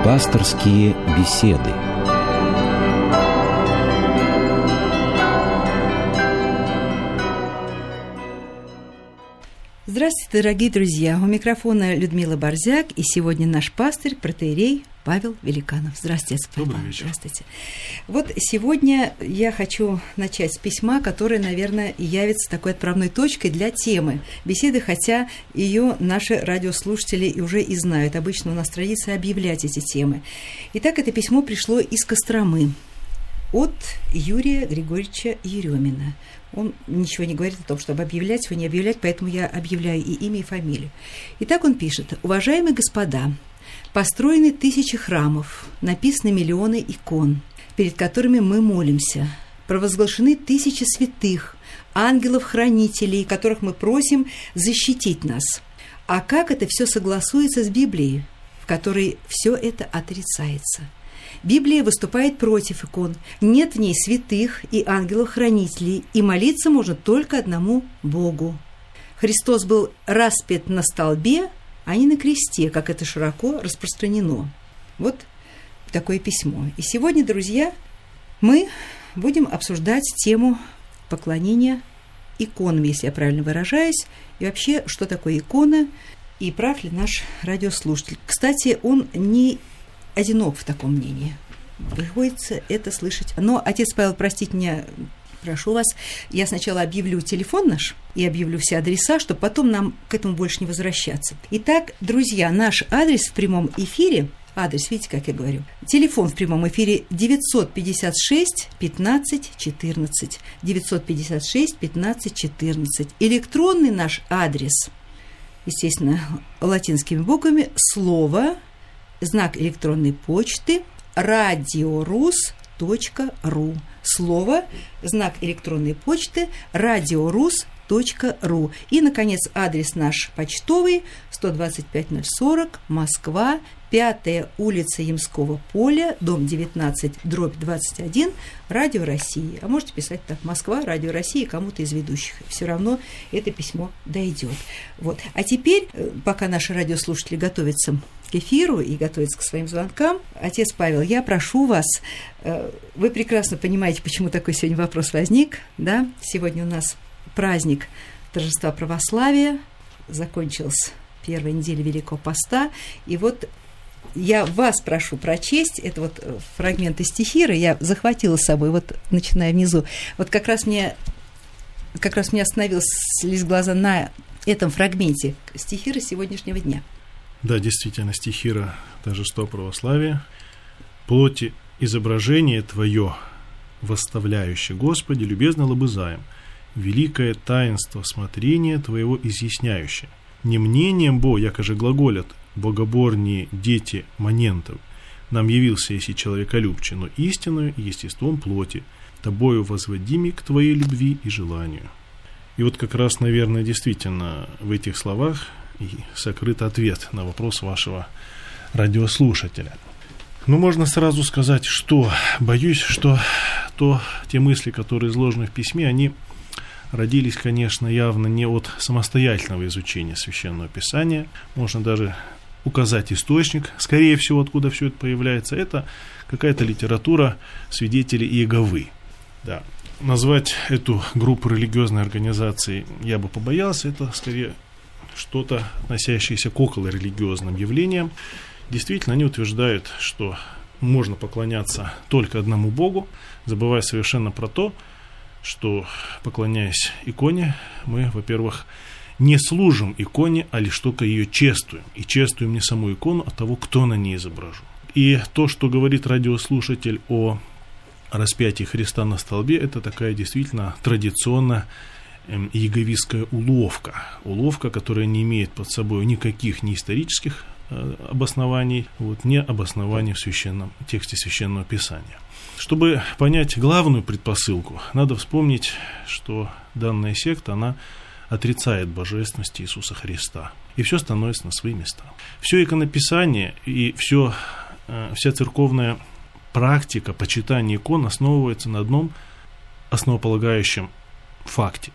Пасторские беседы. Здравствуйте, дорогие друзья! У микрофона Людмила Борзяк, и сегодня наш пастырь, протоиерей Павел Великанов. Здравствуйте, Павел. Добрый вечер. Здравствуйте. Вот сегодня я хочу начать с письма, которое, наверное, явится такой отправной точкой для темы беседы, хотя ее наши радиослушатели уже и знают. Обычно у нас традиция объявлять эти темы. Итак, это письмо пришло из Костромы от Юрия Григорьевича Еремина. Он ничего не говорит о том, чтобы объявлять, его не объявлять, поэтому я объявляю и имя, и фамилию. Итак, он пишет: «Уважаемые господа, построены тысячи храмов, написаны миллионы икон, перед которыми мы молимся, провозглашены тысячи святых, ангелов-хранителей, которых мы просим защитить нас. А как это все согласуется с Библией, в которой все это отрицается? Библия выступает против икон. Нет в ней святых и ангелов-хранителей, и молиться можно только одному Богу. Христос был распят на столбе, а не на кресте, как это широко распространено». Вот такое письмо. И сегодня, друзья, мы будем обсуждать тему поклонения иконам, если я правильно выражаюсь, и вообще, что такое икона, и прав ли наш радиослушатель. Кстати, он не одинок в таком мнении. Приходится это слышать. Но, отец Павел, простите меня, прошу вас, я сначала объявлю телефон наш и объявлю все адреса, чтобы потом нам к этому больше не возвращаться. Итак, друзья, наш адрес в прямом эфире, адрес, видите, как я говорю, телефон в прямом эфире 956 15 14, 956 15 14. Электронный наш адрес, естественно, латинскими буквами, слово, знак электронной почты, radiorus.ru. Слово, знак электронной почты, radiorus.ru. И, наконец, адрес наш почтовый, 125-040, Москва, 5-я улица Ямского поля, дом 19, дробь 21, Радио России. А можете писать так: Москва, Радио России, кому-то из ведущих. Все равно это письмо дойдет. Вот. А теперь, пока наши радиослушатели готовятся к эфиру и готовятся к своим звонкам, отец Павел, я прошу вас, вы прекрасно понимаете, почему такой сегодня вопрос возник, да? Сегодня у нас праздник торжества православия, закончилась первая неделя Великого Поста, и вот я вас прошу прочесть, это вот фрагменты стихира, я захватила с собой, вот начиная внизу, вот как раз мне остановились глаза на этом фрагменте стихира сегодняшнего дня. Да, действительно, стихира торжества православия. «Плоти изображение Твое, восставляющее, Господи, любезно лобызаем, великое таинство смотрения Твоего изъясняющее. Не мнением Бо, якоже глаголят, богоборние дети монентов, нам явился еси человеколюбче, но истинную и естеством плоти, Тобою возводими к Твоей любви и желанию». И вот как раз, наверное, действительно в этих словах и сокрыт ответ на вопрос вашего радиослушателя. Ну, можно сразу сказать, что боюсь, что те мысли, которые изложены в письме, они родились, конечно, явно не от самостоятельного изучения Священного Писания. Можно даже указать источник, скорее всего, откуда все это появляется. Это какая-то литература свидетелей Иеговы. Да. Назвать эту группу религиозной организации я бы побоялся. Это скорее что-то, относящееся к околорелигиозным явлениям. Действительно, они утверждают, что можно поклоняться только одному Богу, забывая совершенно про то, что, поклоняясь иконе, мы, во-первых, не служим иконе, а лишь только ее чествуем. И чествуем не саму икону, а того, кто на ней изображен. И то, что говорит радиослушатель о распятии Христа на столбе, это такая действительно традиционная иеговистская уловка, которая не имеет под собой никаких ни исторических обоснований, ни обоснований в тексте Священного Писания. Чтобы понять главную предпосылку, надо вспомнить, что данная секта, она отрицает божественность Иисуса Христа. И все становится на свои места. Все иконописание и вся церковная практика почитания икон основывается на одном основополагающем факте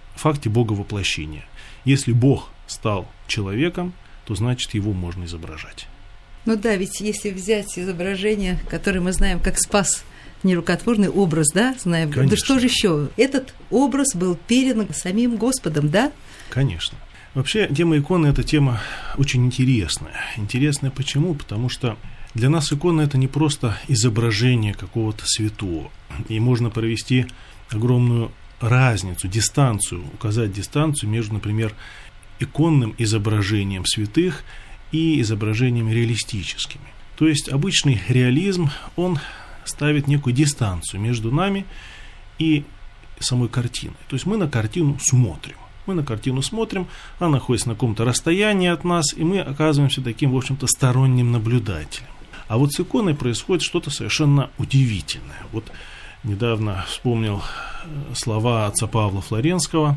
Боговоплощения. Если Бог стал человеком, то значит его можно изображать. Ну да, ведь если взять изображение, которое мы знаем как Спас, нерукотворный образ, да, знаем. Конечно. Да что же еще? Этот образ был передан самим Господом, да? Конечно. Вообще, тема иконы – это тема очень интересная. Интересная почему? Потому что для нас икона – это не просто изображение какого-то святого. И можно провести огромную разницу, дистанцию, указать дистанцию между, например, иконным изображением святых и изображениями реалистическими. То есть обычный реализм, он ставит некую дистанцию между нами и самой картиной. То есть мы на картину смотрим. Она находится на каком-то расстоянии от нас, и мы оказываемся таким, в общем-то, сторонним наблюдателем. А вот с иконой происходит что-то совершенно удивительное. Вот недавно вспомнил слова отца Павла Флоренского.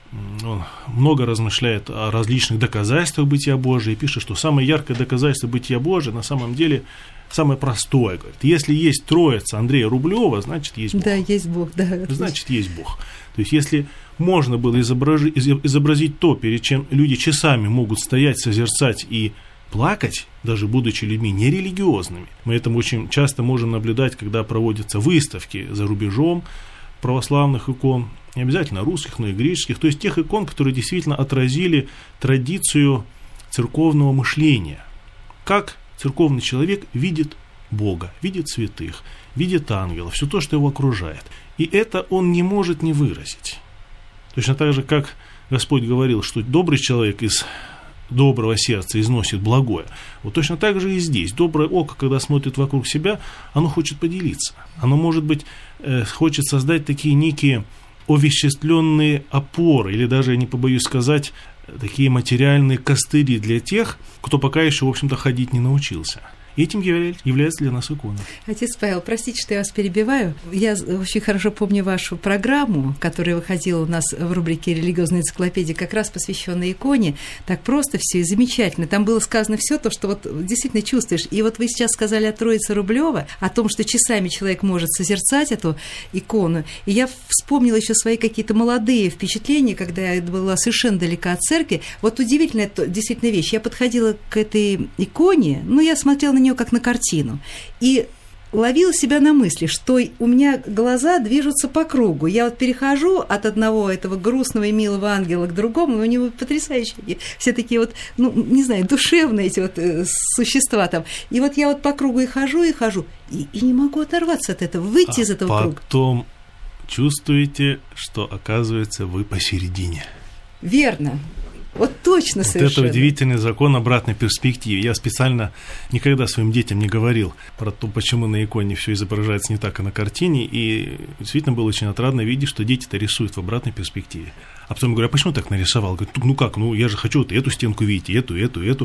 Он много размышляет о различных доказательствах бытия Божия и пишет, что самое яркое доказательство бытия Божия на самом деле самое простое. Говорит, если есть Троица Андрея Рублева, значит есть Бог. Да, есть Бог, да. Значит есть Бог. То есть если можно было изобразить то, перед чем люди часами могут стоять, созерцать и плакать, даже будучи людьми нерелигиозными. Мы это очень часто можем наблюдать, когда проводятся выставки за рубежом православных икон, не обязательно русских, но и греческих, то есть тех икон, которые действительно отразили традицию церковного мышления. Как церковный человек видит Бога, видит святых, видит ангелов, все то, что его окружает. И это он не может не выразить. Точно так же, как Господь говорил, что добрый человек из доброго сердца износит благое. Вот точно так же и здесь. Доброе око, когда смотрит вокруг себя, оно хочет поделиться. Оно, может быть, хочет создать такие некие овеществленные опоры, или даже, я не побоюсь сказать, такие материальные костыли для тех, кто пока еще, в общем-то, ходить не научился. И этим является для нас икона. Отец Павел, простите, что я вас перебиваю. Я очень хорошо помню вашу программу, которая выходила у нас в рубрике «Религиозная энциклопедия», как раз посвященная иконе. Так просто все и замечательно. Там было сказано все то, что вот действительно чувствуешь. И вот вы сейчас сказали о Троице Рублева, о том, что часами человек может созерцать эту икону. И я вспомнила еще свои какие-то молодые впечатления, когда я была совершенно далека от церкви. Вот удивительная действительно вещь. Я подходила к этой иконе, я смотрела на нее как на картину, и ловила себя на мысли, что у меня глаза движутся по кругу. Я вот перехожу от одного этого грустного и милого ангела к другому, у него потрясающие, все такие вот, не знаю, душевные эти вот существа там. И вот я вот по кругу и хожу, и не могу оторваться от этого, выйти из этого круга. Потом чувствуете, что, оказывается, вы посередине. Верно. Вот точно вот совершенно. Это удивительный закон обратной перспективы. Я специально никогда своим детям не говорил про то, почему на иконе все изображается не так, как на картине. И действительно было очень отрадно видеть, что дети-то рисуют в обратной перспективе. А потом я говорю, а почему так нарисовал? Говорю, я же хочу вот эту стенку видеть, эту.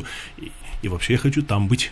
И вообще я хочу там быть.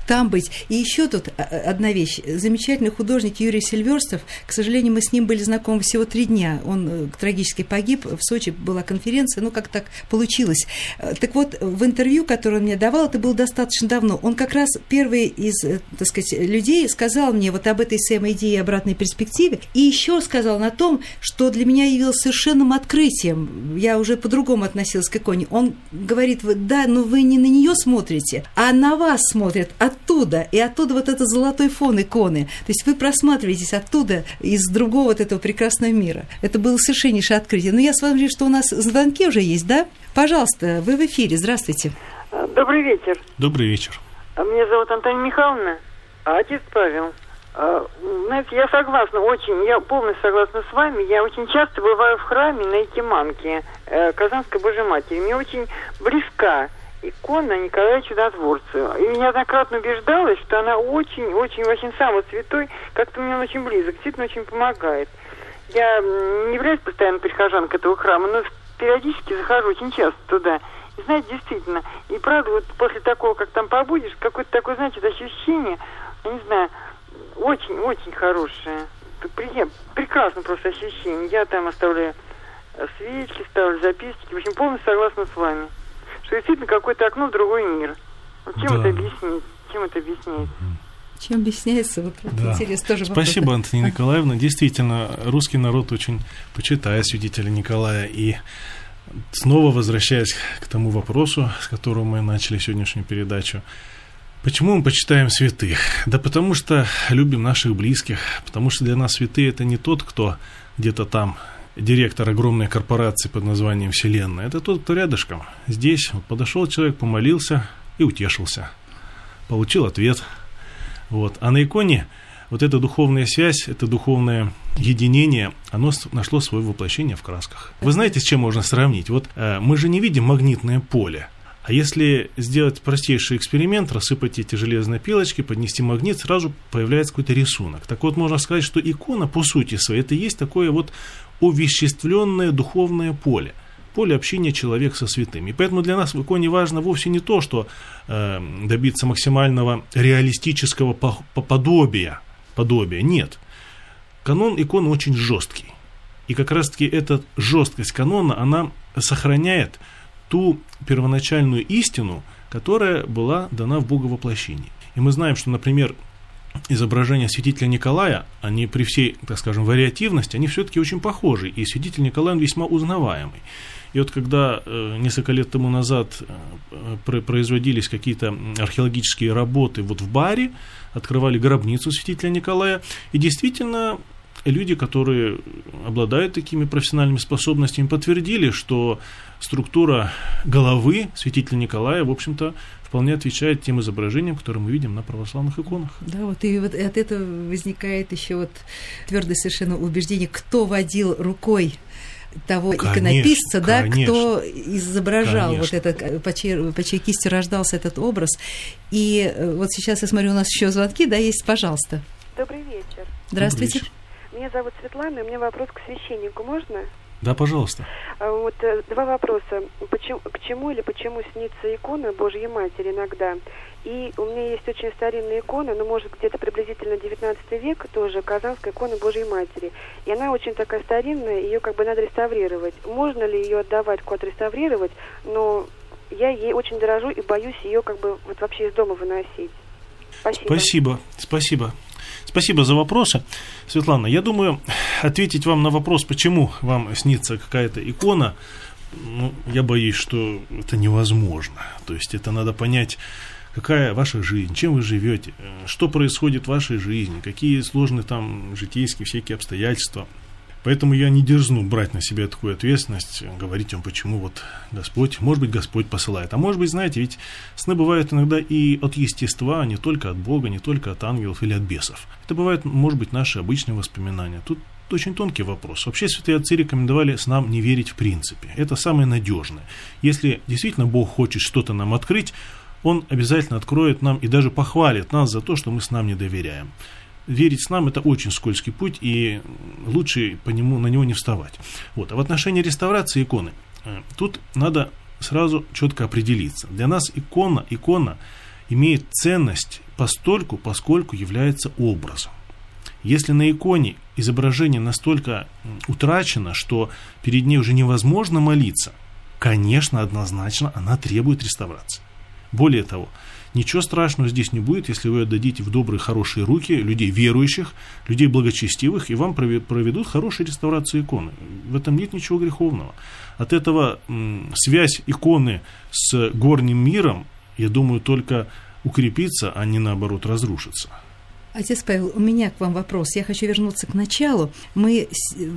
И еще тут одна вещь. Замечательный художник Юрий Сильверстов, к сожалению, мы с ним были знакомы всего 3 дня. Он трагически погиб, в Сочи была конференция, как так получилось. Так вот, в интервью, которое он мне давал, это было достаточно давно, он как раз первый из, так сказать, людей сказал мне вот об этой самой идее обратной перспективе, и еще сказал на том, что для меня явилось совершенным открытием. Я уже по-другому относилась к иконе. Он говорит, да, но вы не на нее смотрите, а на вас смотрят оттуда, и оттуда вот этот золотой фон иконы. То есть вы просматриваетесь оттуда, из другого вот этого прекрасного мира. Это было совершеннейшее открытие. Но я смотрю, что у нас звонки уже есть, да? Пожалуйста, вы в эфире, здравствуйте. Добрый вечер. Добрый вечер. Меня зовут Антония Михайловна. Отец Павел, знаете, я согласна, я полностью согласна с вами. Я очень часто бываю в храме на Якиманке Казанской Божьей Матери. Мне очень близка икона Николая Чудотворца. И неоднократно убеждалась, что она очень самый святой, как-то мне он очень близок, действительно очень помогает. Я не являюсь постоянной прихожанкой этого храма, но периодически захожу очень часто туда. И знаете, действительно, и правда, вот после такого, как там побудешь, какое-то такое, знаете, ощущение, я не знаю, очень хорошее. Прекрасно просто ощущение. Я там оставляю свечки, ставлю записки. В общем, полностью согласна с вами. Что действительно какое-то окно в другой мир. Вот чем это объяснить? Чем объясняется? Вот интересно тоже вопрос. Спасибо, Антонина Николаевна. Действительно, русский народ очень почитает святителя Николая. И снова возвращаясь к тому вопросу, с которого мы начали сегодняшнюю передачу, Почему мы почитаем святых? Да потому что любим наших близких, потому что для нас святые – это не тот, кто где-то там директор огромной корпорации под названием Вселенная, это тот, кто рядышком. Здесь вот подошел человек, помолился и утешился, получил ответ. Вот. А на иконе вот эта духовная связь, это духовное единение, оно нашло свое воплощение в красках. Вы знаете, с чем можно сравнить? Вот мы же не видим магнитное поле. А если сделать простейший эксперимент, рассыпать эти железные пилочки, поднести магнит, сразу появляется какой-то рисунок. Так вот, можно сказать, что икона, по сути своей, это и есть такое вот овеществленное духовное поле. Поле общения человека со святым. И поэтому для нас в иконе важно вовсе не то, что добиться максимального реалистического подобия. Нет. Канон иконы очень жесткий. И как раз-таки эта жесткость канона, она сохраняет ту первоначальную истину, которая была дана в Боговоплощении. И мы знаем, что, например, изображения святителя Николая, они при всей, так скажем, вариативности, они все-таки очень похожи, и святитель Николай, он весьма узнаваемый. И вот когда несколько лет тому назад производились какие-то археологические работы вот в Баре, открывали гробницу святителя Николая, и действительно люди, которые обладают такими профессиональными способностями, подтвердили, что структура головы святителя Николая, в общем-то, вполне отвечает тем изображениям, которые мы видим на православных иконах. Да, вот и вот от этого возникает еще вот твердое совершенно убеждение, кто водил рукой того иконописца, да, конечно, кто изображал вот это, по чьей кисти рождался этот образ. И вот сейчас я смотрю, у нас еще звонки, да, есть, пожалуйста. Добрый вечер. Здравствуйте. Добрый вечер. Меня зовут Светлана, и у меня вопрос к священнику, можно? Да, пожалуйста. Вот два вопроса. К чему или почему снится икона Божьей Матери иногда? И у меня есть очень старинная икона, ну, может, где-то приблизительно 19 век, тоже Казанская икона Божьей Матери. И она очень такая старинная, ее как бы надо реставрировать. Можно ли ее отдавать, куда-то реставрировать, но я ей очень дорожу и боюсь ее как бы вот вообще из дома выносить. Спасибо. Спасибо за вопросы. Светлана, я думаю, ответить вам на вопрос, почему вам снится какая-то икона, я боюсь, что это невозможно. То есть это надо понять, какая ваша жизнь, чем вы живете, что происходит в вашей жизни, какие сложные там житейские всякие обстоятельства. Поэтому я не дерзну брать на себя такую ответственность, говорить вам, почему вот Господь, может быть, Господь посылает. А может быть, знаете, ведь сны бывают иногда и от естества, не только от Бога, не только от ангелов или от бесов. Это бывает, может быть, наши обычные воспоминания. Тут очень тонкий вопрос. Вообще, святые отцы рекомендовали снам не верить в принципе. Это самое надежное. Если действительно Бог хочет что-то нам открыть, Он обязательно откроет нам и даже похвалит нас за то, что мы снам не доверяем. Верить снам – это очень скользкий путь, и лучше на него не вставать. Вот. А в отношении реставрации иконы, тут надо сразу четко определиться. Для нас икона имеет ценность постольку, поскольку является образом. Если на иконе изображение настолько утрачено, что перед ней уже невозможно молиться, конечно, однозначно она требует реставрации. Более того, ничего страшного здесь не будет, если вы отдадите в добрые, хорошие руки людей верующих, людей благочестивых, и вам проведут хорошую реставрацию иконы. В этом нет ничего греховного. От этого связь иконы с горним миром, я думаю, только укрепится, а не наоборот разрушится. Отец Павел, у меня к вам вопрос. Я хочу вернуться к началу. Вы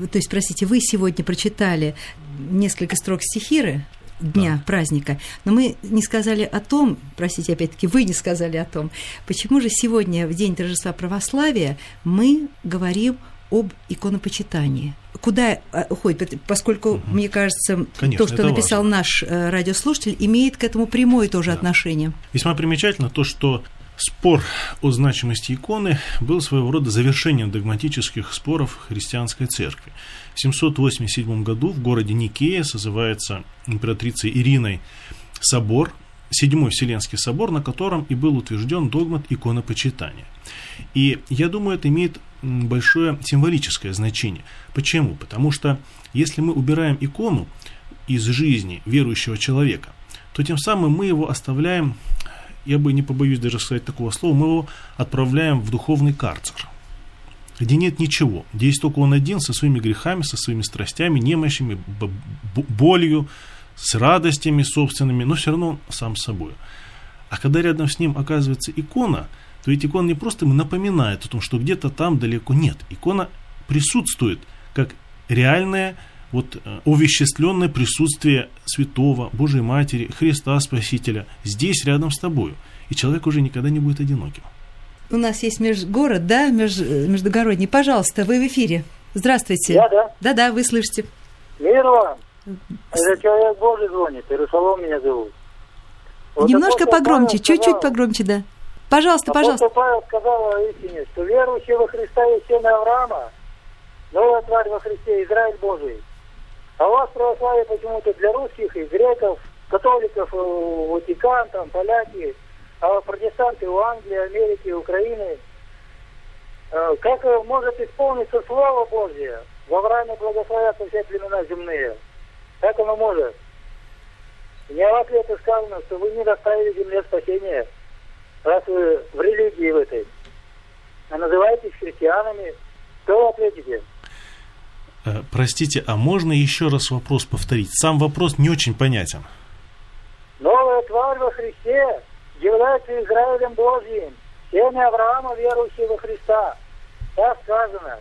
сегодня прочитали несколько строк стихиры дня праздника, но мы не сказали о том, вы не сказали о том, почему же сегодня, в день торжества православия, мы говорим об иконопочитании. Куда уходит? Поскольку, мне кажется, конечно, то, что написал важно. Наш радиослушатель, имеет к этому прямое тоже отношение. Весьма примечательно то, что спор о значимости иконы был своего рода завершением догматических споров христианской церкви. В 787 году в городе Никея созывается императрицей Ириной собор, Седьмой Вселенский собор, на котором и был утвержден догмат иконопочитания. И я думаю, это имеет большое символическое значение. Почему? Потому что если мы убираем икону из жизни верующего человека, то тем самым мы его оставляем, я бы не побоюсь даже сказать такого слова, мы его отправляем в духовный карцер, где нет ничего, где есть только он один со своими грехами, со своими страстями, немощами, болью, с радостями собственными, но все равно он сам собой. А когда рядом с ним оказывается икона, то ведь икона не просто напоминает о том, что где-то там далеко. Нет, икона присутствует как реальное, овеществленное присутствие Святого, Божией Матери, Христа Спасителя здесь, рядом с тобою. И человек уже никогда не будет одиноким. У нас есть межгород, да, междугородний. Пожалуйста, вы в эфире. Здравствуйте. Да. Да, вы слышите. Мир вам. Это человек Божий звонит. Иерусалим меня зовут. Немножко погромче, чуть-чуть погромче, да. Пожалуйста. Апостол Павел сказал о истине, что верующий во Христа есть семя Авраама, новая тварь во Христе, Израиль Божий. А у вас православие почему-то для русских и греков, католиков, Ватикан, там, поляки, а протестанты у Англии, Америки, Украины. Как может исполниться Слово Божье? В Аврааме благословятся все племена земные. Как оно может? Не о вас ли это сказано, что вы не доставили земле спасения, раз вы в религии в этой, а называетесь христианами? Что вы ответите? Простите, а можно еще раз вопрос повторить? Сам вопрос не очень понятен. Новая тварь во Христе является Израилем Божьим, семя Авраама, верующие во Христа. Так сказано.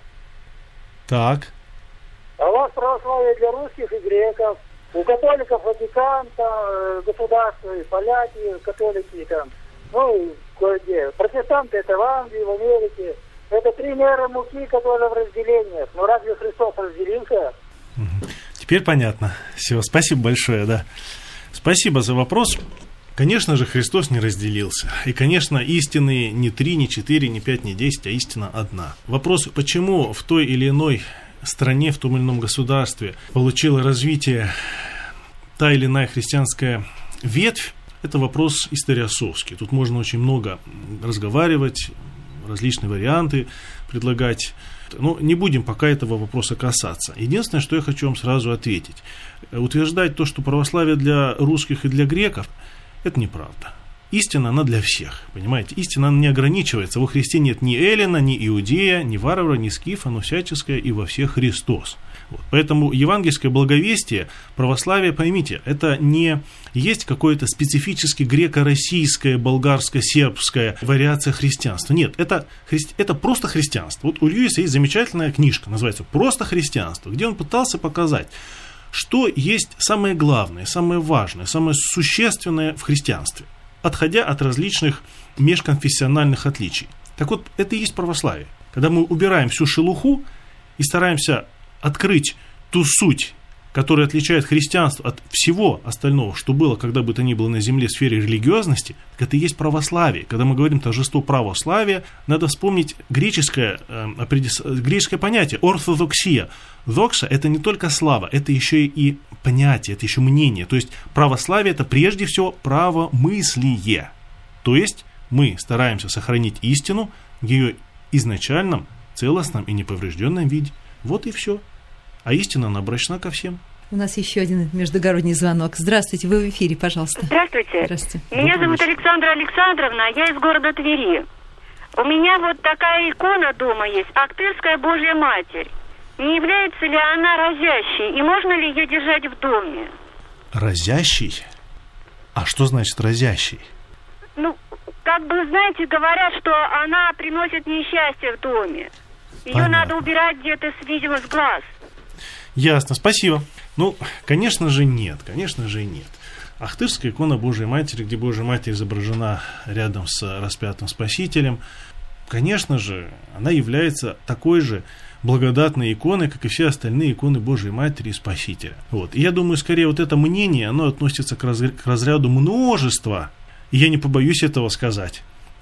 Так. А у вас православие для русских и греков. У католиков Ватикан, там, государство, и поляки, католики, там, кое-где. Протестанты это в Англии, в Америке. Это 3 меры муки, которые в разделениях. Но разве Христос разделился? Теперь понятно. Все, спасибо большое, да. Спасибо за вопрос. Конечно же, Христос не разделился. И, конечно, истины не 3, не 4, не 5, не 10, а истина одна. Вопрос, почему в той или иной стране, в том или ином государстве получила развитие та или иная христианская ветвь, это вопрос историосовский. Тут можно очень много разговаривать, различные варианты предлагать. Но не будем пока этого вопроса касаться. Единственное, что я хочу вам сразу ответить. Утверждать то, что православие для русских и для греков, это неправда. Истина, она для всех, понимаете? Истина, она не ограничивается. Во Христе нет ни эллина, ни иудея, ни варвара, ни скифа, но всяческое и во всех Христос. Поэтому евангельское благовестие, православие, поймите, это не есть какое-то специфически греко-российское, болгарско-сербская вариация христианства. Нет, это просто христианство. У Льюиса есть замечательная книжка, называется «Просто христианство», где он пытался показать, что есть самое главное, самое важное, самое существенное в христианстве, отходя от различных межконфессиональных отличий. Так вот, это и есть православие. Когда мы убираем всю шелуху и стараемся открыть ту суть, которая отличает христианство от всего остального, что было когда бы то ни было на земле в сфере религиозности, так это и есть православие. Когда мы говорим торжество православия, надо вспомнить греческое понятие ортодоксия. Докса – это не только слава, это еще и понятие, это еще мнение. То есть православие – это прежде всего правомыслие. То есть мы стараемся сохранить истину в ее изначальном, целостном и неповрежденном виде. Вот и все. А истина, она обращена ко всем. У нас еще один междугородний звонок. Здравствуйте, вы в эфире, пожалуйста. Здравствуйте. Здравствуйте. Меня зовут Александра Александровна, я из города Твери. У меня вот такая икона дома есть, Ахтырская Божья Матерь. Не является ли она разящей, и можно ли ее держать в доме? Разящий? А что значит разящий? Знаете, говорят, что она приносит несчастье в доме. Ее надо убирать где-то, видимо, с глаз. Ясно, спасибо. Конечно же нет. Ахтырская икона Божией Матери, где Божья Матерь изображена рядом с распятым Спасителем, конечно же, она является такой же благодатной иконой, как и все остальные иконы Божией Матери и Спасителя. И я думаю, скорее это мнение, оно относится к разряду множества, и я не побоюсь этого сказать,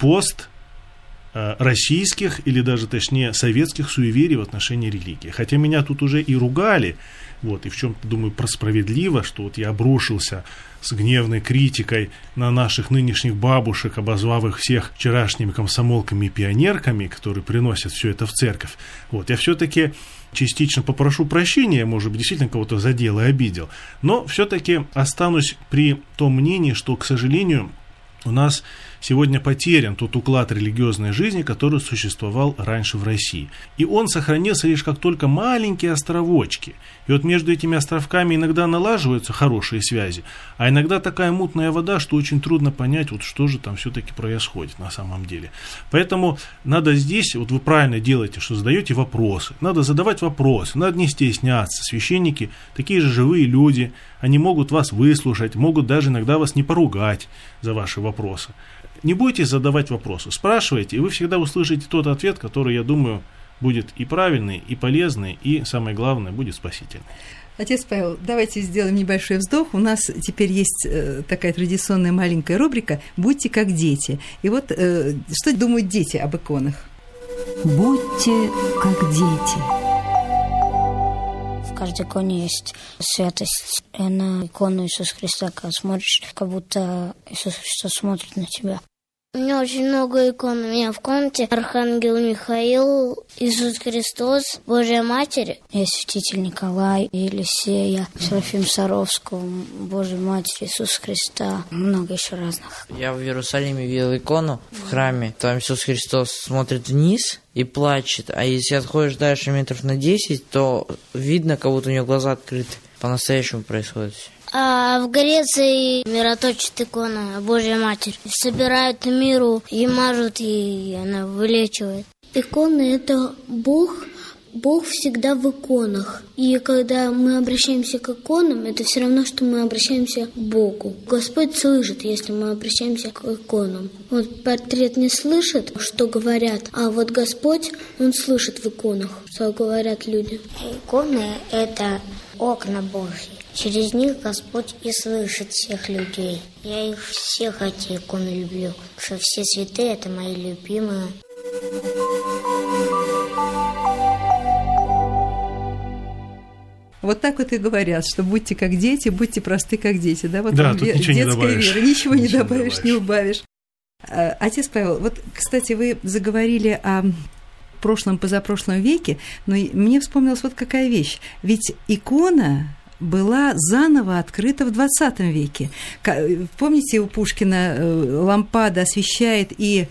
российских или даже, точнее, советских суеверий в отношении религии. Хотя меня тут уже и ругали, и в чем-то, думаю, справедливо, что я обрушился с гневной критикой на наших нынешних бабушек, обозвав их всех вчерашними комсомолками и пионерками, которые приносят все это в церковь. Я все-таки частично попрошу прощения, может быть, действительно кого-то задел и обидел, но все-таки останусь при том мнении, что, к сожалению, у нас сегодня потерян тот уклад религиозной жизни, который существовал раньше в России. И он сохранился лишь как только маленькие островочки. И вот между этими островками иногда налаживаются хорошие связи, а иногда такая мутная вода, что очень трудно понять, вот что же там все-таки происходит на самом деле. Поэтому надо здесь, вот вы правильно делаете, что задаете вопросы. Надо задавать вопросы, надо не стесняться. Священники такие же живые люди, они могут вас выслушать, могут даже иногда вас не поругать за ваши вопросы. Не бойтесь задавать вопросы, спрашивайте, и вы всегда услышите тот ответ, который, я думаю, будет и правильный, и полезный, и, самое главное, будет спасительный. Отец Павел, давайте сделаем небольшой вздох. У нас теперь есть такая традиционная маленькая рубрика «Будьте как дети». И вот что думают дети об иконах? Будьте как дети. В каждой иконе есть святость. И на икону Иисуса Христа, когда смотришь, как будто Иисус Христос смотрит на тебя. У меня очень много икон. У меня в комнате Архангел Михаил, Иисус Христос, Божья Матерь. Есть святитель Николай, Елисея, Серафим Саровского, Божья Матерь, Иисуса Христа. Много еще разных. Я в Иерусалиме видел икону в храме. Там Иисус Христос смотрит вниз и плачет. А если отходишь дальше метров на 10, то видно, как будто у него глаза открыты. По-настоящему происходит все. А в Греции мироточит икона Божья Матерь. Собирают миру и мажут, и она вылечивает. Иконы – это Бог. Бог всегда в иконах. И когда мы обращаемся к иконам, это все равно, что мы обращаемся к Богу. Господь слышит, если мы обращаемся к иконам. Вот портрет не слышит, что говорят, а вот Господь, Он слышит в иконах, что говорят люди. Иконы – это окна Божьи. Через них Господь и слышит всех людей. Я их всех, эти иконы, люблю. Что все святые – это мои любимые. Вот так вот и говорят, что будьте как дети, будьте просты как дети. Да, вот да, тут ничего не добавишь. Вера. Ничего не добавишь, не убавишь. Отец Павел, вот, кстати, вы заговорили о прошлом, позапрошлом веке, но мне вспомнилась вот какая вещь. Ведь икона была заново открыта в 20 веке. Помните, у Пушкина лампада освещает и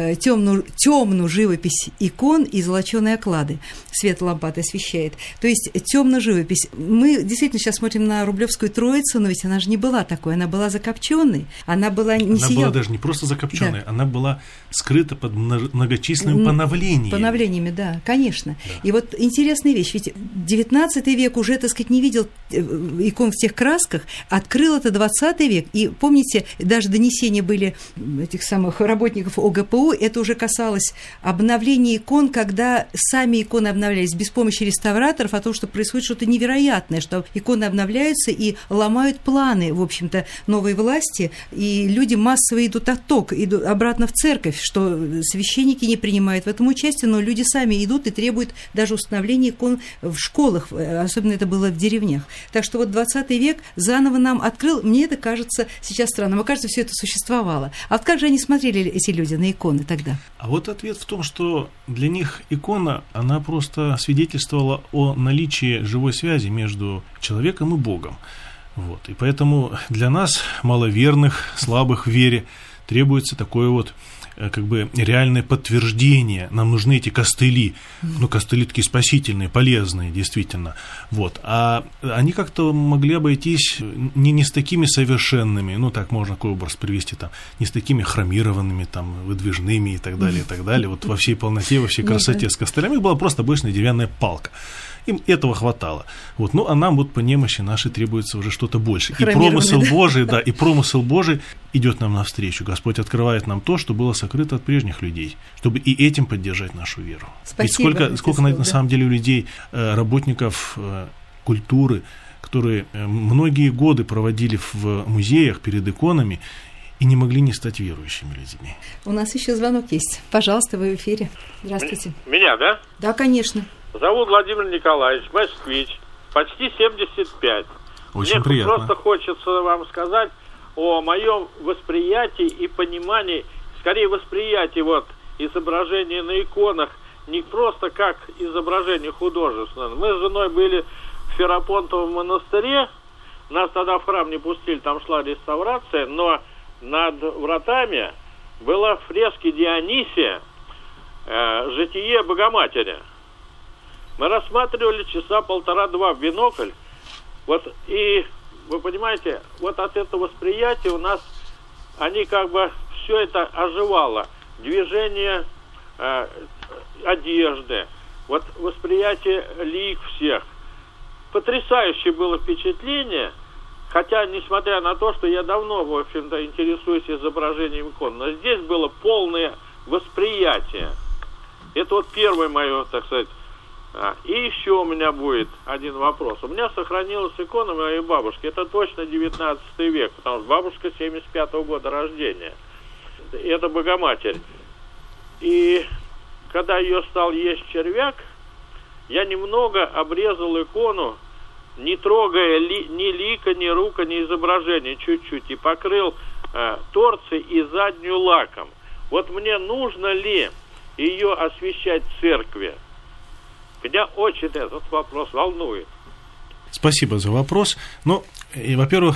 темную живопись икон и золоченые оклады. Свет лампады освещает. То есть темную живопись. Мы действительно сейчас смотрим на Рублевскую Троицу, но ведь она же не была такой. Она была закопченной. Она была не сияла. Она была даже не просто закопченной, да. Она была скрыта под многочисленными поновлениями. Поновлениями, да, конечно. Да. И вот интересная вещь. Ведь 19 век уже, так сказать, не видел икон в тех красках. Открыл это 20 век. И помните, даже донесения были этих самых работников ОГПУ, это уже касалось обновления икон, когда сами иконы обновлялись без помощи реставраторов, о том, что происходит что-то невероятное, что иконы обновляются и ломают планы, в общем-то, новой власти, и люди массово идут отток, идут обратно в церковь, что священники не принимают в этом участие, но люди сами идут и требуют даже установления икон в школах, особенно это было в деревнях. Так что вот 20 век заново нам открыл, мне это кажется сейчас странным, мне кажется, все это существовало. А вот как же они смотрели, эти люди, на иконы тогда? А вот ответ в том, что для них икона, она просто свидетельствовала о наличии живой связи между человеком и Богом. Вот. И поэтому для нас, маловерных, слабых в вере, требуется такое вот как бы реальное подтверждение. Нам нужны эти костыли. Ну, костыли такие спасительные, полезные, действительно. Вот. А они как-то могли обойтись не с такими совершенными, ну, так можно какой образ привести, там, не с такими хромированными, там, выдвижными и так далее, и так далее. Вот во всей полноте, во всей красоте с костылями. Их была просто обычная деревянная палка. Им этого хватало. Вот. Ну, а нам вот по немощи нашей требуется уже что-то больше. И промысел Божий, да, и промысел Божий идет нам навстречу. Господь открывает нам то, что было сокрыто от прежних людей, чтобы и этим поддержать нашу веру. Спасибо. Ведь сколько на самом деле у людей, работников культуры, которые многие годы проводили в музеях перед иконами и не могли не стать верующими людьми. У нас еще звонок есть. Пожалуйста, вы в эфире. Здравствуйте. Меня, да? Да, конечно. Зовут Владимир Николаевич, москвич, почти 75. Очень Мне приятно. Просто хочется вам сказать о моем восприятии и понимании, скорее восприятии вот изображения на иконах, не просто как изображение художественное. Мы с женой были в Ферапонтовом монастыре, нас тогда в храм не пустили, там шла реставрация, но над вратами была в фреске Дионисия «Житие Богоматери». Мы рассматривали часа 1,5-2 в бинокль. Вот, и вы понимаете, вот от этого восприятия у нас, они как бы все это оживало. Движение одежды, вот восприятие лик всех. Потрясающее было впечатление, хотя, несмотря на то, что я давно, в общем-то, интересуюсь изображением икон, но здесь было полное восприятие. Это вот первое мое, так сказать. И еще у меня будет один вопрос. У меня сохранилась икона моей бабушки. Это точно 19 век, потому что бабушка 75-го года рождения. Это Богоматерь. И когда ее стал есть червяк, я немного обрезал икону, не трогая ни лика, ни рука, ни изображения, чуть-чуть, и покрыл торцей и заднюю лаком. Вот мне нужно ли ее освящать в церкви? Меня очень этот вопрос волнует. Спасибо за вопрос. Ну, и, во-первых,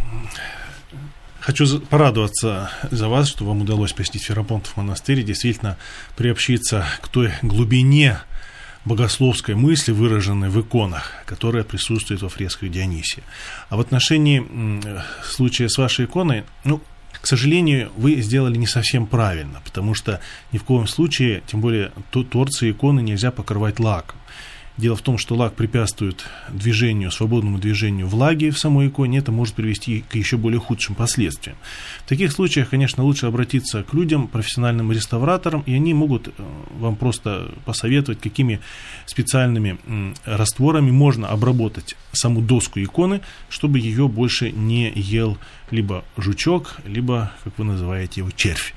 хочу порадоваться за вас, что вам удалось посетить Ферапонтов монастырь, действительно приобщиться к той глубине богословской мысли, выраженной в иконах, которая присутствует во фресках Дионисия. А в отношении случая с вашей иконой, к сожалению, вы сделали не совсем правильно, потому что ни в коем случае, тем более торцы иконы нельзя покрывать лаком. Дело в том, что лак препятствует движению, свободному движению влаги в самой иконе, это может привести к еще более худшим последствиям. В таких случаях, конечно, лучше обратиться к людям, профессиональным реставраторам, и они могут вам просто посоветовать, какими специальными растворами можно обработать саму доску иконы, чтобы ее больше не ел либо жучок, либо, как вы называете его, червь.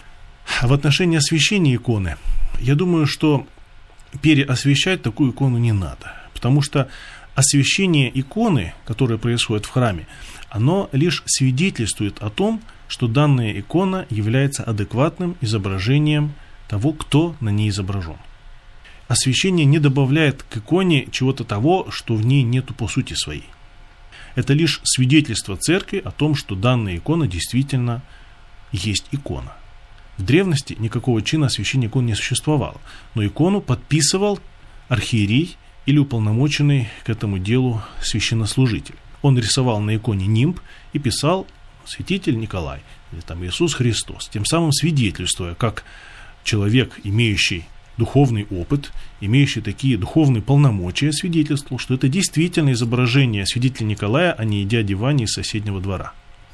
В отношении освящения иконы, я думаю, что переосвящать такую икону не надо, потому что освящение иконы, которое происходит в храме, оно лишь свидетельствует о том, что данная икона является адекватным изображением того, кто на ней изображен. Освящение не добавляет к иконе чего-то того, что в ней нету по сути своей. Это лишь свидетельство церкви о том, что данная икона действительно есть икона. В древности никакого чина освящения икон не существовало, но икону подписывал архиерей или уполномоченный к этому делу священнослужитель. Он рисовал на иконе нимб и писал святитель Николай, или там Иисус Христос, тем самым свидетельствуя, как человек, имеющий духовный опыт, имеющий такие духовные полномочия, свидетельствовал, что это действительно изображение святителя Николая, а не дяди Вани из соседнего двора.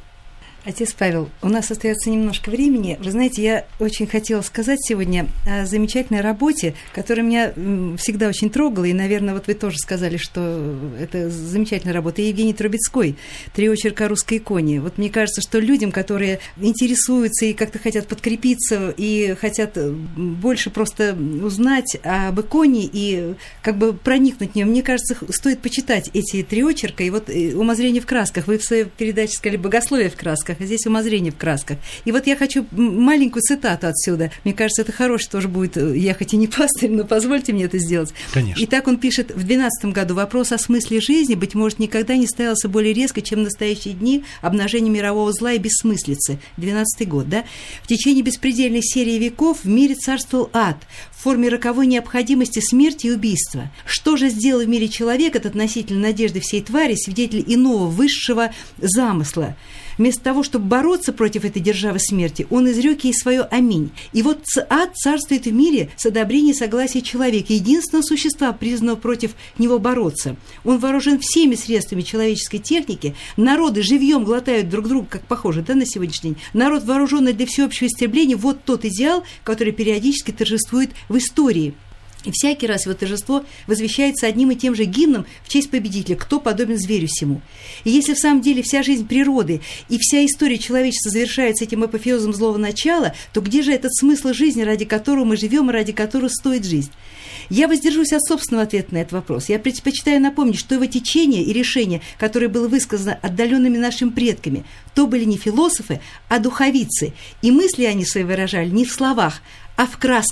Отец Павел, у нас остается немножко времени. Вы знаете, я очень хотела сказать сегодня о замечательной работе, которая меня всегда очень трогала, и, наверное, вот вы тоже сказали, что это замечательная работа Евгении Трубецкой «Три очерка о русской иконе». Вот мне кажется, что людям, которые интересуются и как-то хотят подкрепиться, и хотят больше просто узнать об иконе и как бы проникнуть в нее, мне кажется, стоит почитать эти три очерка. И вот «Умозрение в красках», вы в своей передаче сказали «Богословие в красках», а здесь «Умозрение в красках». И вот я хочу маленькую цитату отсюда. Мне кажется, это хороший тоже будет. Я хоть и не пастырь, но позвольте мне это сделать. Конечно. Итак, он пишет: в 12 году вопрос о смысле жизни, быть может, никогда не ставился более резко, чем в настоящие дни обнажение мирового зла и бессмыслицы. 12 год, да? В течение беспредельной серии веков в мире царствовал ад в форме роковой необходимости смерти и убийства. Что же сделал в мире человек, этот носитель надежды всей твари, свидетель иного высшего замысла? Вместо того, чтобы бороться против этой державы смерти, он изрек ей свое «Аминь». И вот ад царствует в мире с одобрения и согласия человека, единственного существа, призванного против него бороться. Он вооружен всеми средствами человеческой техники. Народы живьем глотают друг друга, как похоже, да, на сегодняшний день. Народ, вооруженный для всеобщего истребления, вот тот идеал, который периодически торжествует в истории. И всякий раз его торжество возвещается одним и тем же гимном в честь победителя, кто подобен зверю сему. И если в самом деле вся жизнь природы и вся история человечества завершается этим апофеозом злого начала, то где же этот смысл жизни, ради которого мы живем и ради которого стоит жизнь? Я воздержусь от собственного ответа на этот вопрос. Я предпочитаю напомнить, что его течение и решение, которое было высказано отдаленными нашими предками, то были не философы, а духовицы. И мысли они свои выражали не в словах, а в красках.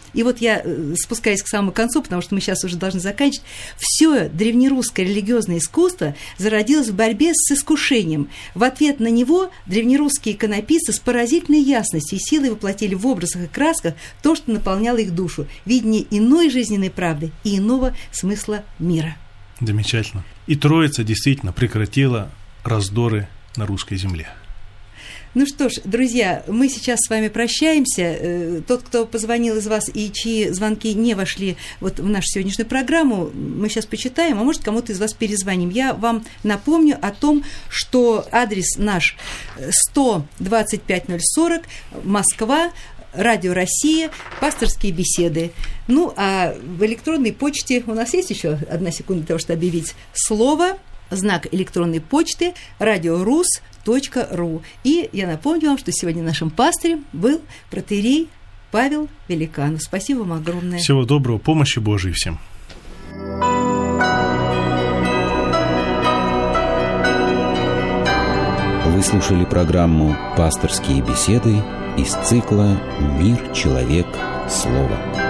И вот я спускаюсь к самому концу, потому что мы сейчас уже должны заканчивать. Все древнерусское религиозное искусство зародилось в борьбе с искушением. В ответ на него древнерусские иконописцы с поразительной ясностью и силой воплотили в образах и красках то, что наполняло их душу, видение иной жизненной правды и иного смысла мира. Замечательно. И Троица действительно прекратила раздоры на русской земле. Ну что ж, друзья, мы сейчас с вами прощаемся. Тот, кто позвонил из вас и чьи звонки не вошли вот в нашу сегодняшнюю программу, мы сейчас почитаем, а может, кому-то из вас перезвоним. Я вам напомню о том, что адрес наш 100-25-040, Москва, Радио Россия, пасторские беседы. Ну, а в электронной почте у нас есть еще одна секунда для того, чтобы объявить слово, знак электронной почты radiorus.ru. И я напомню вам, что сегодня нашим пастырем был протоиерей Павел Великанов. Спасибо вам огромное. Всего доброго, помощи Божией всем. Вы слушали программу «Пасторские беседы» из цикла «Мир, человек, слово».